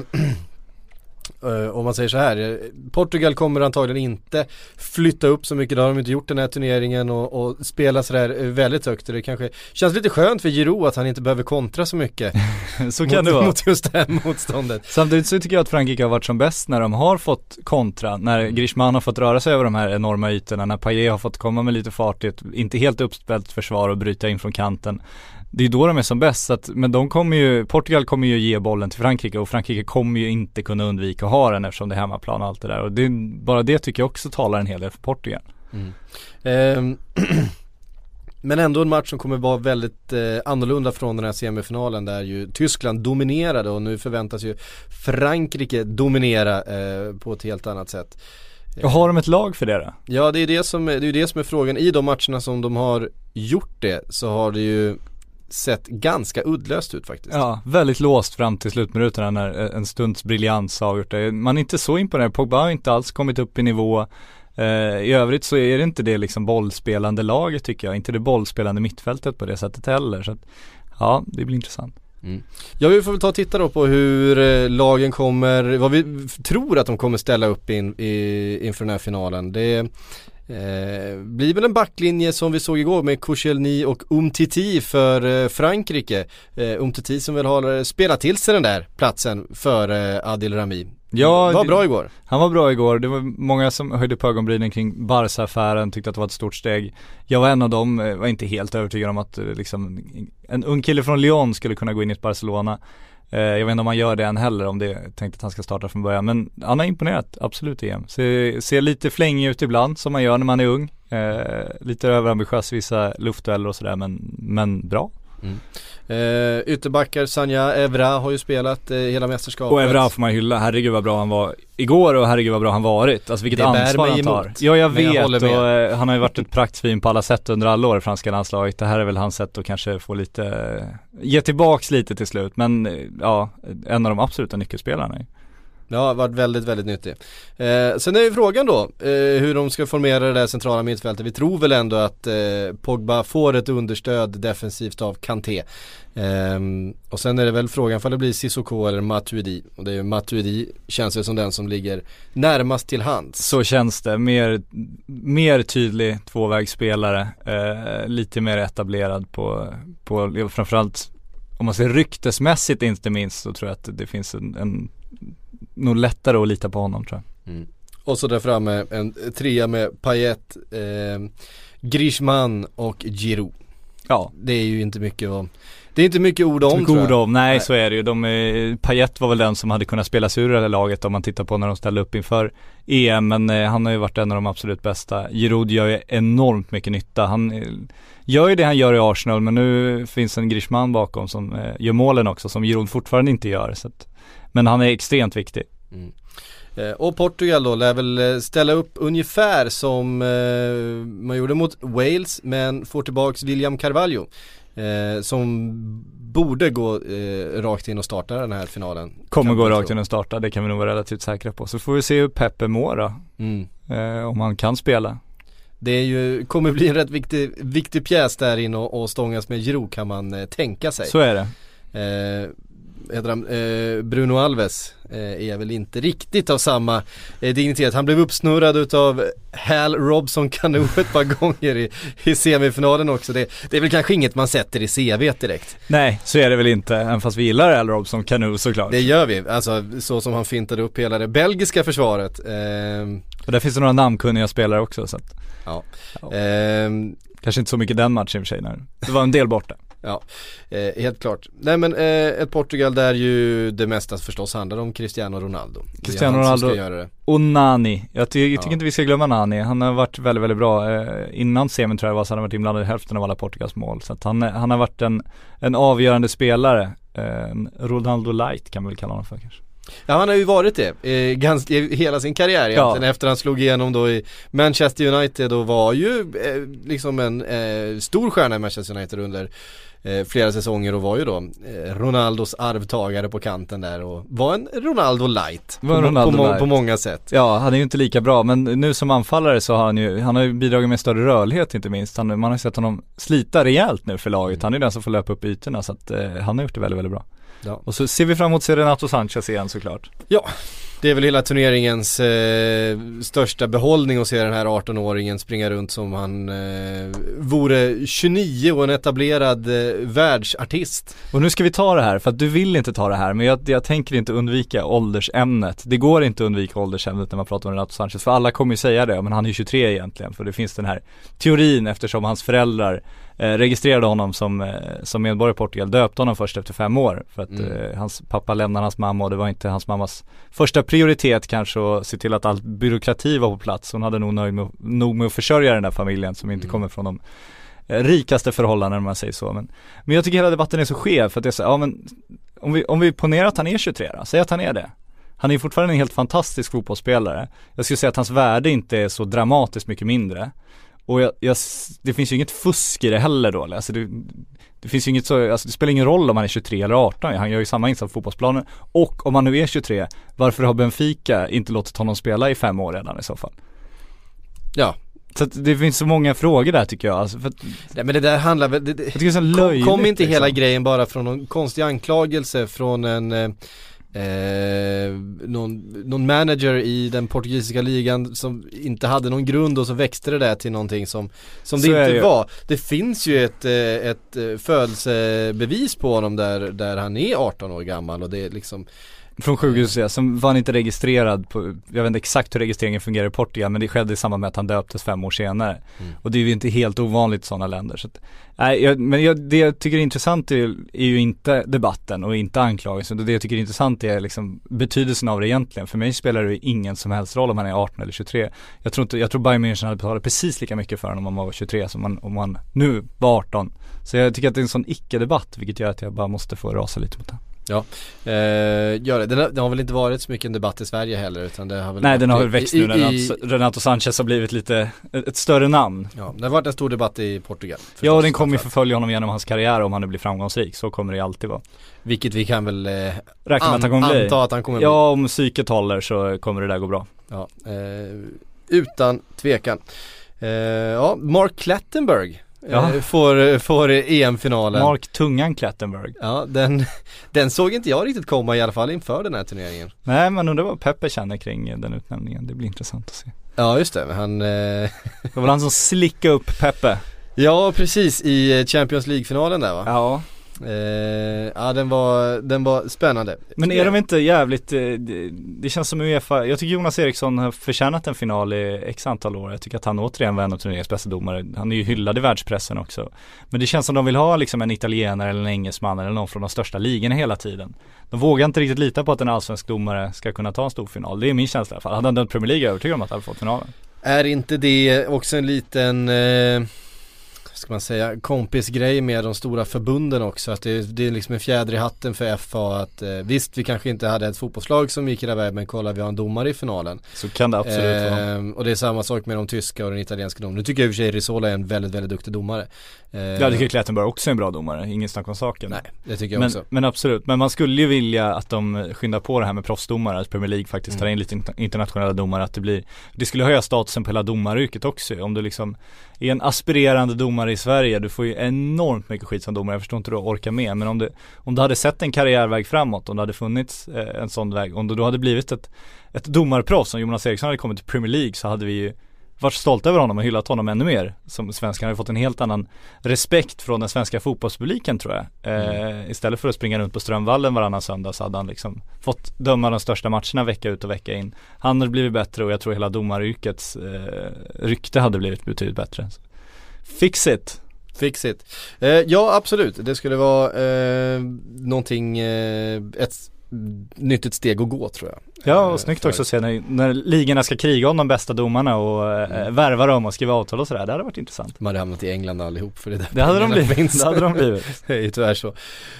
S1: Uh, om man säger så här, Portugal kommer antagligen inte flytta upp så mycket, då har de inte gjort den här turneringen och, och spela så där väldigt högt. Det kanske känns lite skönt för Giroud att han inte behöver kontra så mycket
S2: så
S1: mot,
S2: kan det vara.
S1: mot just det här motståndet.
S2: Samtidigt så tycker jag att Frankrike har varit som bäst när de har fått kontra, när Griezmann har fått röra sig över de här enorma ytorna, när Payet har fått komma med lite fart i ett inte helt uppspelt försvar och bryta in från kanten. Det är då de är som bäst, så att, men de kommer ju, Portugal kommer ju ge bollen till Frankrike och Frankrike kommer ju inte kunna undvika att ha den eftersom det är hemmaplan och allt det där. Och det, bara det tycker jag också talar en hel del för Portugal.
S1: Mm. Eh, men ändå en match som kommer vara väldigt eh, annorlunda från den här semifinalen där ju Tyskland dominerade och nu förväntas ju Frankrike dominera eh, på ett helt annat sätt.
S2: Och har de ett lag för det då?
S1: Ja, det är det som, det är det som är frågan. I de matcherna som de har gjort det så har det ju sett ganska uddlöst ut faktiskt.
S2: Ja, väldigt låst fram till slutminuterna när en stunds briljans har gjort det. Man är inte så imponerad. Pogba har inte alls kommit upp i nivå. Eh, I övrigt så är det inte det liksom bollspelande laget tycker jag. Inte det bollspelande mittfältet på det sättet heller. Så att, ja, det blir intressant.
S1: Mm. Ja, vi får väl ta och titta då på hur eh, lagen kommer, vad vi f- tror att de kommer ställa upp in, i, inför den här finalen. Det eh, blir väl en backlinje som vi såg igår med Koscielny och Umtiti för eh, Frankrike. Eh, Umtiti som väl har spelat till sig den där platsen för eh, Adil Rami.
S2: Ja,
S1: var bra igår.
S2: Han var bra igår. Det var många som höjde på ögonbrynen kring Barca-affären, tyckte att det var ett stort steg. Jag var en av dem, var inte helt övertygad om att liksom, en ung kille från Lyon skulle kunna gå in i ett Barcelona. Eh, jag vet inte om han gör det än heller, om det tänkte att han ska starta från början. Men han har imponerat, absolut E M. Ser, ser lite flängig ut ibland, som man gör när man är ung. Eh, lite överambitiös vissa luftdueller och sådär, men, men bra.
S1: Mm. Uh, ytterbackar Sanja Evra har ju spelat uh, hela mästerskapet.
S2: Och Evra får man hylla, herregud vad bra han var igår och herregud vad bra han varit. Alltså vilket ansvar han tar. Ja, jag vet, jag och uh, han har ju varit ett praktsvin på alla sätt under alla år i franska landslaget. Det här är väl hans sätt att kanske få lite uh, ge tillbaks lite till slut. Men uh, ja, en av de absoluta nyckelspelarna.
S1: Ja, varit väldigt, väldigt nyttig. Eh, sen är ju frågan då eh, hur de ska formera det där centrala mittfältet. Vi tror väl ändå att eh, Pogba får ett understöd defensivt av Kanté. Eh, och sen är det väl frågan för det blir Sissoko eller Matuidi. Och det är ju Matuidi känns det som den som ligger närmast till hands.
S2: Så känns det. Mer, mer tydlig tvåvägsspelare. Eh, lite mer etablerad på, på framförallt om man ser ryktesmässigt inte minst, så tror jag att det finns en, en nog lättare att lita på honom, tror jag.
S1: Mm. Och så där framme en trea med Payet, eh, Griezmann och Giroud.
S2: Ja,
S1: det är ju inte mycket om, det är inte mycket ord om,
S2: mycket ord om. Nej, Nej, så är det ju. De är, Payet var väl den som hade kunnat spela sig ur det här laget om man tittar på när de ställde upp inför E M, men eh, han har ju varit en av de absolut bästa. Giroud gör ju enormt mycket nytta. Han eh, gör ju det han gör i Arsenal, men nu finns en Griezmann bakom som eh, gör målen också, som Giroud fortfarande inte gör, så att, men han är extremt viktig.
S1: Mm. Eh, och Portugal då lär väl ställa upp ungefär som eh, man gjorde mot Wales, men får tillbaks William Carvalho eh, som borde gå eh, rakt in och starta den här finalen.
S2: Kommer gå rakt in och starta, det kan vi nog vara relativt säkra på. Så får vi se hur Pepe mår då, mm. eh, om han kan spela.
S1: Det är ju, kommer bli en rätt viktig, viktig pjäs där in och, och stångas med Giroud, kan man eh, tänka sig.
S2: Så är det.
S1: Eh, heter han, eh, Bruno Alves eh, är väl inte riktigt av samma eh, dignitet. Han blev uppsnurrad utav Hal Robson Cano ett par gånger i, i semifinalen också. Det, det är väl kanske inget man sätter i C V direkt.
S2: Nej, så är det väl inte, även fast vi gillar Hal Robson Cano såklart.
S1: Det gör vi, alltså så som han fintade upp hela det belgiska försvaret. Eh,
S2: och där finns det några namnkunniga spelare också så att,
S1: ja.
S2: ja.
S1: Eh,
S2: kanske inte så mycket den matchen i och för sig när det var en del borta.
S1: Ja, eh, helt klart. Nej men eh, ett Portugal där ju det mesta förstås handlar om Cristiano Ronaldo.
S2: Cristiano Ronaldo och Nani. Jag, ty- jag tycker ja. inte vi ska glömma Nani. Han har varit väldigt, väldigt bra. Eh, innan semin tror jag var så han har varit inblandad i hälften av alla Portugals mål. Så att han, han har varit en, en avgörande spelare. Eh, Ronaldo Light kan man väl kalla honom för kanske.
S1: Ja, han har ju varit det eh, ganska, hela sin karriär egentligen. Ja. Efter han slog igenom då i Manchester United och var ju eh, liksom en eh, stor stjärna i Manchester United under eh, flera säsonger och var ju då eh, Ronaldos arvtagare på kanten där och var en Ronaldo light på,
S2: Ronaldo
S1: på,
S2: light.
S1: på många sätt.
S2: Ja, han är ju inte lika bra, men nu som anfallare så har han ju, han har ju bidragit med större rörlighet inte minst. Han, man har ju sett honom slita rejält nu för laget. Han är ju den som får löpa upp ytorna så att eh, han har gjort det väldigt, väldigt bra. Ja. Och så ser vi fram emot att se Renato Sanchez igen såklart.
S1: Ja, det är väl hela turneringens eh, största behållning att se den här arton-åringen springa runt som han eh, vore tjugonio och en etablerad eh, världsartist.
S2: Och nu ska vi ta det här, för att du vill inte ta det här, men jag, jag tänker inte undvika åldersämnet. Det går inte att undvika åldersämnet när man pratar om Renato Sanchez, för alla kommer ju säga det, men han är ju tjugotre egentligen, för det finns den här teorin eftersom hans föräldrar Eh, registrerade honom som, eh, som medborgare i Portugal, döpte honom först efter fem år för att mm. eh, hans pappa lämnade hans mamma och det var inte hans mammas första prioritet kanske att se till att all byråkrati var på plats. Hon hade nog nöjd med, nog med att försörja den där familjen som inte mm. kommer från de eh, rikaste förhållanden om man säger så. Men, men jag tycker hela debatten är så skev för att det är så, ja men om vi, om vi ponerar att han är tjugotre då, säg att han är det. Han är ju fortfarande en helt fantastisk fotbollsspelare. Jag skulle säga att hans värde inte är så dramatiskt mycket mindre. Och jag, jag, det finns ju inget fusk i det heller då. Alltså det, det finns ju inget så, alltså det spelar ingen roll om han är tjugotre eller arton. Han gör ju samma insats på fotbollsplanen. Och om han nu är tjugotre, varför har Benfica inte låtit honom spela i fem år redan i så fall?
S1: Ja.
S2: Så att det finns så många frågor där tycker jag. Alltså för att,
S1: nej, men det där handlar väl... Det, det,
S2: jag det är löjligt,
S1: kom inte
S2: liksom.
S1: Hela grejen bara från någon konstig anklagelse från en... Eh, Eh, någon, någon manager i den portugisiska ligan som inte hade någon grund och så växte det där till någonting som, som det inte var. Det finns ju ett, ett födelsebevis på honom där, där han är arton år gammal och det är liksom
S2: från sjukhuset, som var han inte registrerad på, jag vet inte exakt hur registreringen fungerar i Portugal, men det skedde i samband med att han döptes fem år senare. Mm. Och det är ju inte helt ovanligt i sådana länder. Så att, nej, jag, men jag, det jag tycker är intressant är, är ju inte debatten och inte anklagelsen. Det jag tycker är intressant är liksom betydelsen av det egentligen. För mig spelar det ju ingen som helst roll om han är arton eller tjugotre. Jag tror, inte, jag tror Bayern München hade betalat precis lika mycket för honom om han var tjugotre som man, om han nu var arton. Så jag tycker att det är en sån icke-debatt, vilket gör att jag bara måste få rasa lite mot det.
S1: Ja, eh, gör det. Den har, den har väl inte varit så mycket en debatt i Sverige heller utan det har väl
S2: nej, den har väl
S1: i,
S2: växt
S1: i,
S2: nu när
S1: i,
S2: Renato Sanchez har blivit lite ett, ett större namn.
S1: Ja, det har varit en stor debatt i Portugal.
S2: Ja, och den kommer ju förfölja honom genom hans karriär om han nu blir framgångsrik. Så kommer det alltid vara.
S1: Vilket vi kan väl eh,
S2: räkna
S1: an,
S2: att han kommer bli.
S1: anta att han kommer
S2: ja,
S1: bli.
S2: Ja, om psyket håller så kommer det där gå bra.
S1: Ja, eh, utan tvekan. Eh, ja, Mark Clattenburg. Ja. Får, får E M-finalen.
S2: Mark Tungan Clattenburg.
S1: Ja, den, den såg inte jag riktigt komma i alla fall inför den här turneringen.
S2: Nej, men undrar vad Peppe känner kring den utnämningen. Det blir intressant att se.
S1: Ja, just det. Han, eh...
S2: det var han som slickade upp Peppe.
S1: Ja, precis. I Champions League-finalen där va?
S2: Ja.
S1: Eh, ja, den var, den var spännande.
S2: Men är de inte jävligt det, det känns som UEFA. Jag tycker Jonas Eriksson har förtjänat en final i x antal år. Jag tycker att han återigen var en av turneringens bästa domare. Han är ju hyllad i världspressen också. Men det känns som de vill ha liksom en italienare eller en engelsman eller någon från de största ligorna hela tiden. De vågar inte riktigt lita på att en allsvensk domare ska kunna ta en stor final. Det är min känsla i alla fall. Hade han dömt Premier League övertygad om att han hade fått finalen.
S1: Är inte det också en liten eh... ska man säga, kompisgrej med de stora förbunden också, att det, det är liksom en fjäder i hatten för F A att eh, visst vi kanske inte hade ett fotbollslag som gick i den vägen, men kolla vi har en domare i finalen.
S2: Så kan det absolut
S1: eh,
S2: vara.
S1: Och det är samma sak med de tyska och den italienska domaren. Nu tycker jag i och för sig Risola är en väldigt, väldigt duktig domare. Eh,
S2: jag tycker Klettenberg också är en bra domare, ingen snack om saken.
S1: Nej, det tycker jag
S2: men,
S1: också.
S2: Men absolut, men man skulle ju vilja att de skyndar på det här med proffsdomare, att Premier League faktiskt tar in lite internationella domare, att det blir, det skulle höja statusen på hela domaryrket också, om du liksom är en aspirerande domare domare i Sverige, du får ju enormt mycket skit som domare, jag förstår inte hur du orkar med, men om du, om du hade sett en karriärväg framåt, om det hade funnits eh, en sån väg, om du då hade blivit ett, ett domarproffs, som Jonas Eriksson hade kommit till Premier League, så hade vi ju varit stolta över honom och hyllat honom ännu mer. Som svenskarna hade fått en helt annan respekt från den svenska fotbollspubliken, tror jag. Mm. Eh, istället för att springa runt på Strömvallen varannan söndag, så hade han liksom fått döma de största matcherna vecka ut och vecka in. Han hade blivit bättre, och jag tror hela domaryrkets eh, rykte hade blivit betydligt bättre. Fix it!
S1: Fix it. Eh, ja, absolut. Det skulle vara eh, någonting, eh, ett nyttigt steg att gå, tror jag.
S2: Ja, och snyggt också att se när, när ligorna ska kriga om de bästa domarna och mm. äh, värva dem och skriva avtal och sådär. Det hade varit intressant.
S1: Man hade hamnat i England allihop för det där.
S2: Det hade de blivit. Det hade de blivit.
S1: Det är ju tyvärr så.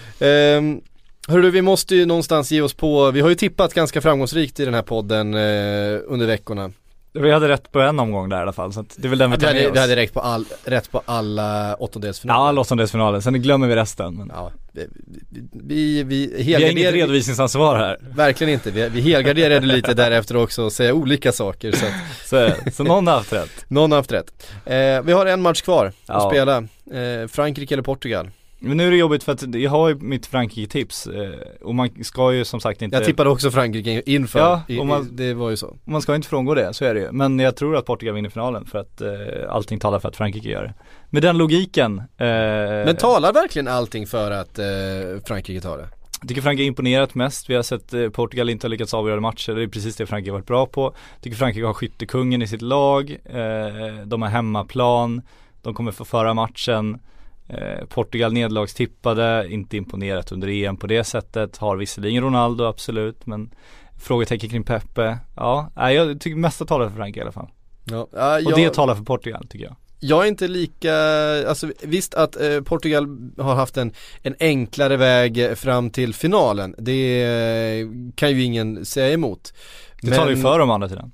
S1: Um, hörru, vi måste ju någonstans ge oss på, vi har ju tippat ganska framgångsrikt i den här podden uh, under veckorna.
S2: Vi hade rätt på en omgång där i alla fall, så att det är väl den vi tar med oss.
S1: Vi hade rätt på, all, rätt på alla åttondelsfinaler.
S2: Ja, alla åttondelsfinaler, sen glömmer vi resten. Men...
S1: Ja, vi, vi, vi, vi,
S2: vi har inget redovisningsansvar här.
S1: Verkligen inte, vi, vi helgarderade lite därefter också och säga olika saker. Så, att...
S2: så, så någon har haft rätt.
S1: Någon har haft rätt. Eh, vi har en match kvar
S2: ja.
S1: att spela, eh, Frankrike eller Portugal.
S2: Men nu är det jobbigt för att jag har ju mitt Frankrike-tips eh, och man ska ju som sagt inte...
S1: Jag tippade också Frankrike inför,
S2: ja,
S1: I,
S2: man,
S1: i, det var ju så.
S2: Man ska inte frångå det, så är det ju. Men jag tror att Portugal vinner finalen för att eh, allting talar för att Frankrike gör det. Med den logiken... Eh,
S1: Men talar verkligen allting för att eh, Frankrike tar det?
S2: Jag tycker Frankrike har imponerat mest. Vi har sett eh, Portugal inte har lyckats avgöra matcher. Det är precis det Frankrike har varit bra på. Jag tycker Frankrike har skyttekungen i sitt lag. Eh, de har hemmaplan. De kommer få föra matchen. Eh, Portugal nedlagstippade, inte imponerat under E M på det sättet. Har visserligen Ronaldo, absolut, men frågetecken kring Pepe. Ja, jag tycker mesta talar för Frankrike i alla fall.
S1: Ja, uh, jag...
S2: Och det talar för Portugal, tycker jag.
S1: Jag är inte lika, alltså visst att eh, Portugal har haft en, en enklare väg fram till finalen. Det eh, kan ju ingen säga emot.
S2: Det men... talar ju för dem andra tiden.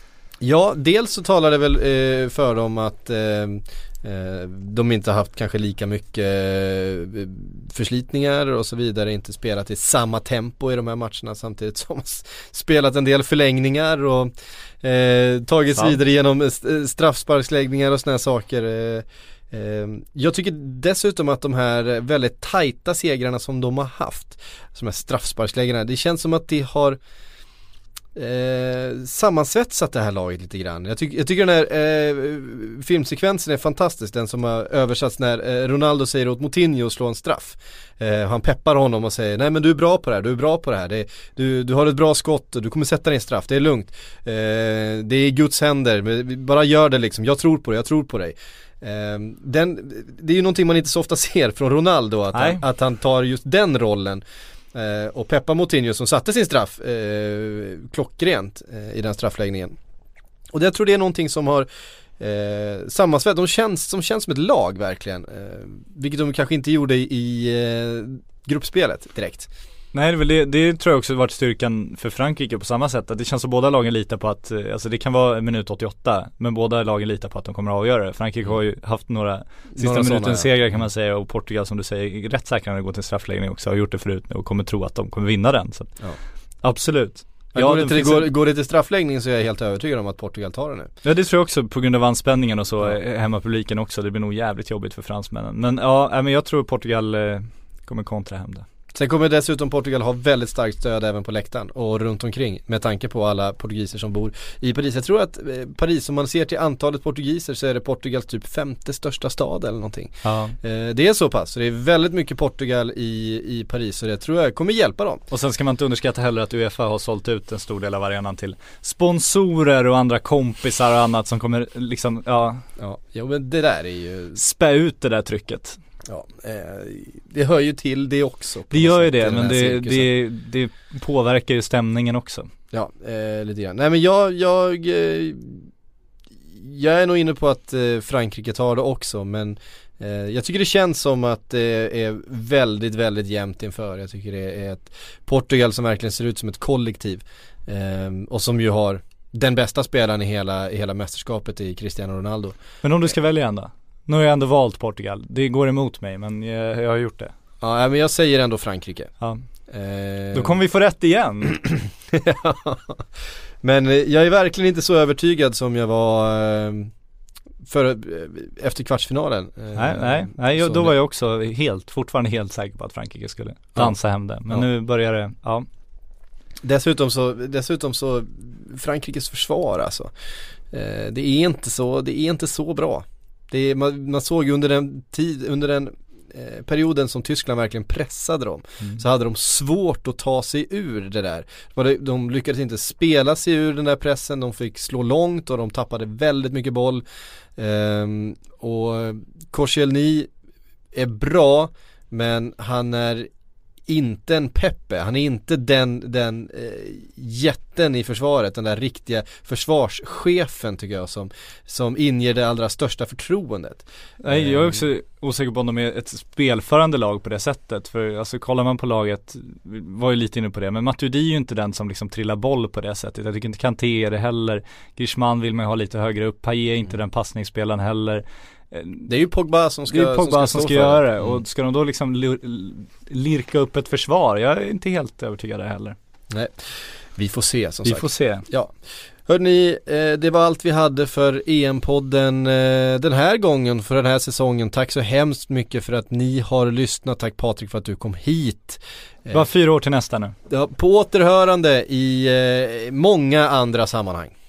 S1: Ja, dels så talar det väl eh, för dem att eh, de inte har haft kanske lika mycket förslitningar och så vidare, inte spelat i samma tempo i de här matcherna, samtidigt som spelat en del förlängningar och eh, tagits ja. vidare genom straffsparksläggningar och såna här saker. Eh, eh, jag tycker dessutom att de här väldigt tajta segrarna som de har haft, som här straffsparksläggarna, det känns som att de har Eh, sammansvetsat det här laget lite grann. Jag, tyck, jag tycker den här eh, filmsekvensen är fantastisk, den som har översatts när eh, Ronaldo säger åt Moutinho att slå en straff. Eh, han peppar honom och säger, nej men du är bra på det här, du är bra på det här. Det, du, du har ett bra skott, du kommer sätta din straff, det är lugnt. Eh, det är Guds händer, bara gör det liksom, jag tror på dig, jag tror på dig. Eh, den, det är ju någonting man inte så ofta ser från Ronaldo, att, han, att han tar just den rollen. Uh, och Peppa Moutinho som satte sin straff uh, klockrent uh, i den straffläggningen. Och det, jag tror det är någonting som har uh, sammansvett. De känns, som känns som ett lag verkligen. Uh, vilket de kanske inte gjorde i, i uh, gruppspelet direkt.
S2: Nej, det, väl det, det tror jag också varit styrkan för Frankrike på samma sätt. Att det känns som båda lagen litar på att, alltså det kan vara minut åttioåtta, men båda lagen litar på att de kommer att avgöra det. Frankrike har ju haft några sista några minuten segrar kan man säga, och Portugal som du säger rätt säkert när det går till straffläggning också, har gjort det förut nu och kommer tro att de kommer vinna den. Så. Ja. Absolut.
S1: Ja, går, det till, går, en... går det till straffläggning så är jag helt övertygad om att Portugal tar det nu.
S2: Ja, det tror jag också, på grund av anspänningen och så, ja. Hemmapubliken också. Det blir nog jävligt jobbigt för fransmännen. Men ja, men jag tror Portugal eh, kommer kontra hem det.
S1: Sen kommer dessutom Portugal ha väldigt starkt stöd även på läktaren och runt omkring, med tanke på alla portugiser som bor i Paris. Jag tror att eh, Paris, om man ser till antalet portugiser, så är det Portugals typ femte största stad eller någonting. Ja. Eh, det är så pass, så det är väldigt mycket Portugal i, i Paris, och det tror jag kommer hjälpa dem.
S2: Och sen ska man inte underskatta heller att UEFA har sålt ut en stor del av arenan till sponsorer och andra kompisar och annat som kommer liksom, ja,
S1: ja, jo, men det där är ju
S2: spä ut det där trycket.
S1: Ja, eh, det hör ju till det också.
S2: Det gör ju det, men det, det, det påverkar ju stämningen också.
S1: Ja, eh, lite grann. Nej, men jag, jag, eh, jag är nog inne på att eh, Frankrike tar det också, men eh, jag tycker det känns som att det är väldigt, väldigt jämnt inför. Jag tycker det är ett Portugal som verkligen ser ut som ett kollektiv, eh, och som ju har den bästa spelaren i hela, i hela mästerskapet i Cristiano Ronaldo.
S2: Men om du ska välja en då? Nu har jag ändå valt Portugal. Det går emot mig, men jag, jag har gjort det.
S1: Ja, men jag säger ändå Frankrike.
S2: Ja. Eh... Då kommer vi få rätt igen.
S1: Ja. Men jag är verkligen inte så övertygad som jag var eh, för, efter kvartsfinalen.
S2: Nej, nej, nej jag, då var jag också helt, fortfarande helt säker på att Frankrike skulle dansa ja. hem det. Men ja. nu börjar det, ja.
S1: Dessutom så, dessutom så Frankrikes försvar alltså. Eh, det är inte så, det är inte så bra. Det är, man, man såg ju under den tid, under den eh, perioden som Tyskland verkligen pressade dem, mm. så hade de svårt att ta sig ur det där. De, de lyckades inte spela sig ur den där pressen, de fick slå långt och de tappade väldigt mycket boll. Eh, och Koscielny är bra, men han är inte en Pepe, han är inte den, den eh, jätten i försvaret, den där riktiga försvarschefen tycker jag som, som inger det allra största förtroendet.
S2: Nej, jag är också osäker på om de är ett spelförande lag på det sättet, för alltså kollar man på laget, var ju lite inne på det, men Matuidi är ju inte den som liksom trillar boll på det sättet. Jag tycker inte Kanté är det heller, Griezmann vill man ha lite högre upp, Payet är inte den passningsspelaren heller.
S1: Det är ju Pogba som ska,
S2: det är Pogba som ska, som ska göra det.
S1: Mm.
S2: Och ska de då liksom lir- lirka upp ett försvar? Jag är inte helt övertygad där heller.
S1: Nej, vi får se som
S2: vi
S1: sagt.
S2: Vi får se.
S1: Ja. Hörrni, eh, det var allt vi hade för E M-podden eh, den här gången, för den här säsongen. Tack så hemskt mycket för att ni har lyssnat. Tack Patrik för att du kom hit.
S2: Det var fyra år till nästa nu.
S1: Ja, på återhörande i eh, många andra sammanhang.